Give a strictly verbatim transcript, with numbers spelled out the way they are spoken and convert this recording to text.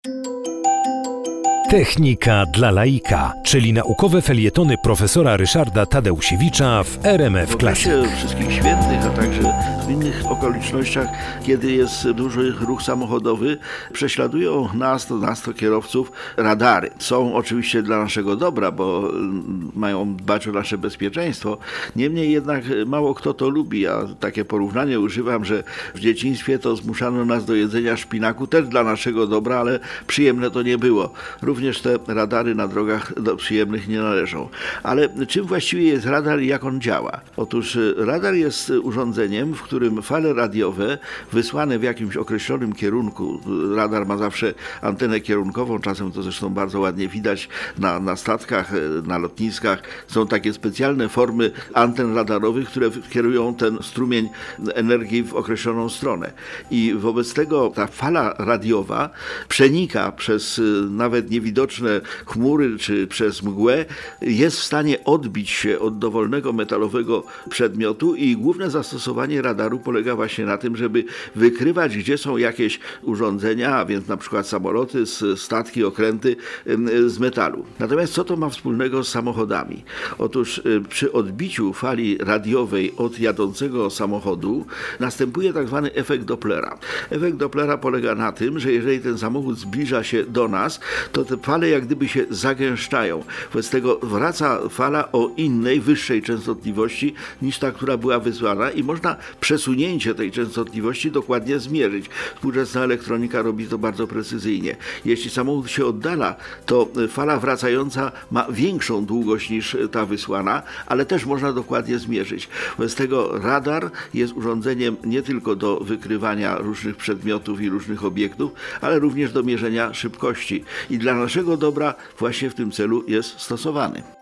Technika dla laika, czyli naukowe felietony profesora Ryszarda Tadeusiewicza w R M F Classic. W okresie wszystkich świętych, a także w innych okolicznościach, kiedy jest duży ruch samochodowy, prześladują nas, to nas, to kierowców, radary. Są oczywiście dla naszego dobra, bo mają dbać o nasze bezpieczeństwo. Niemniej jednak mało kto to lubi. Ja takie porównanie używam, że w dzieciństwie to zmuszano nas do jedzenia szpinaku, też dla naszego dobra, ale przyjemne to nie było. Również te radary na drogach do przyjemnych nie należą. Ale czym właściwie jest radar i jak on działa? Otóż radar jest urządzeniem, w którym fale radiowe wysłane w jakimś określonym kierunku, radar ma zawsze antenę kierunkową, czasem to zresztą bardzo ładnie widać na, na statkach, na lotniskach, są takie specjalne formy anten radarowych, które kierują ten strumień energii w określoną stronę. I wobec tego ta fala radiowa przenika przez nawet niewidoczne chmury czy przez mgłę, jest w stanie odbić się od dowolnego metalowego przedmiotu i główne zastosowanie radaru polega właśnie na tym, żeby wykrywać, gdzie są jakieś urządzenia, a więc na przykład samoloty, statki, okręty z metalu. Natomiast co to ma wspólnego z samochodami? Otóż przy odbiciu fali radiowej od jadącego samochodu następuje tak zwany efekt Dopplera. Efekt Dopplera polega na tym, że jeżeli ten samochód zbliża się do nas, to te fale jak gdyby się zagęszczają. Wobec tego wraca fala o innej, wyższej częstotliwości niż ta, która była wysłana i można przesunięcie tej częstotliwości dokładnie zmierzyć. Współczesna elektronika robi to bardzo precyzyjnie. Jeśli samochód się oddala, to fala wracająca ma większą długość niż ta wysłana, ale też można dokładnie zmierzyć. Wobec tego radar jest urządzeniem nie tylko do wykrywania różnych przedmiotów i różnych obiektów, ale również do mierzenia szybkości. I dla naszego dobra właśnie w tym celu jest stosowany.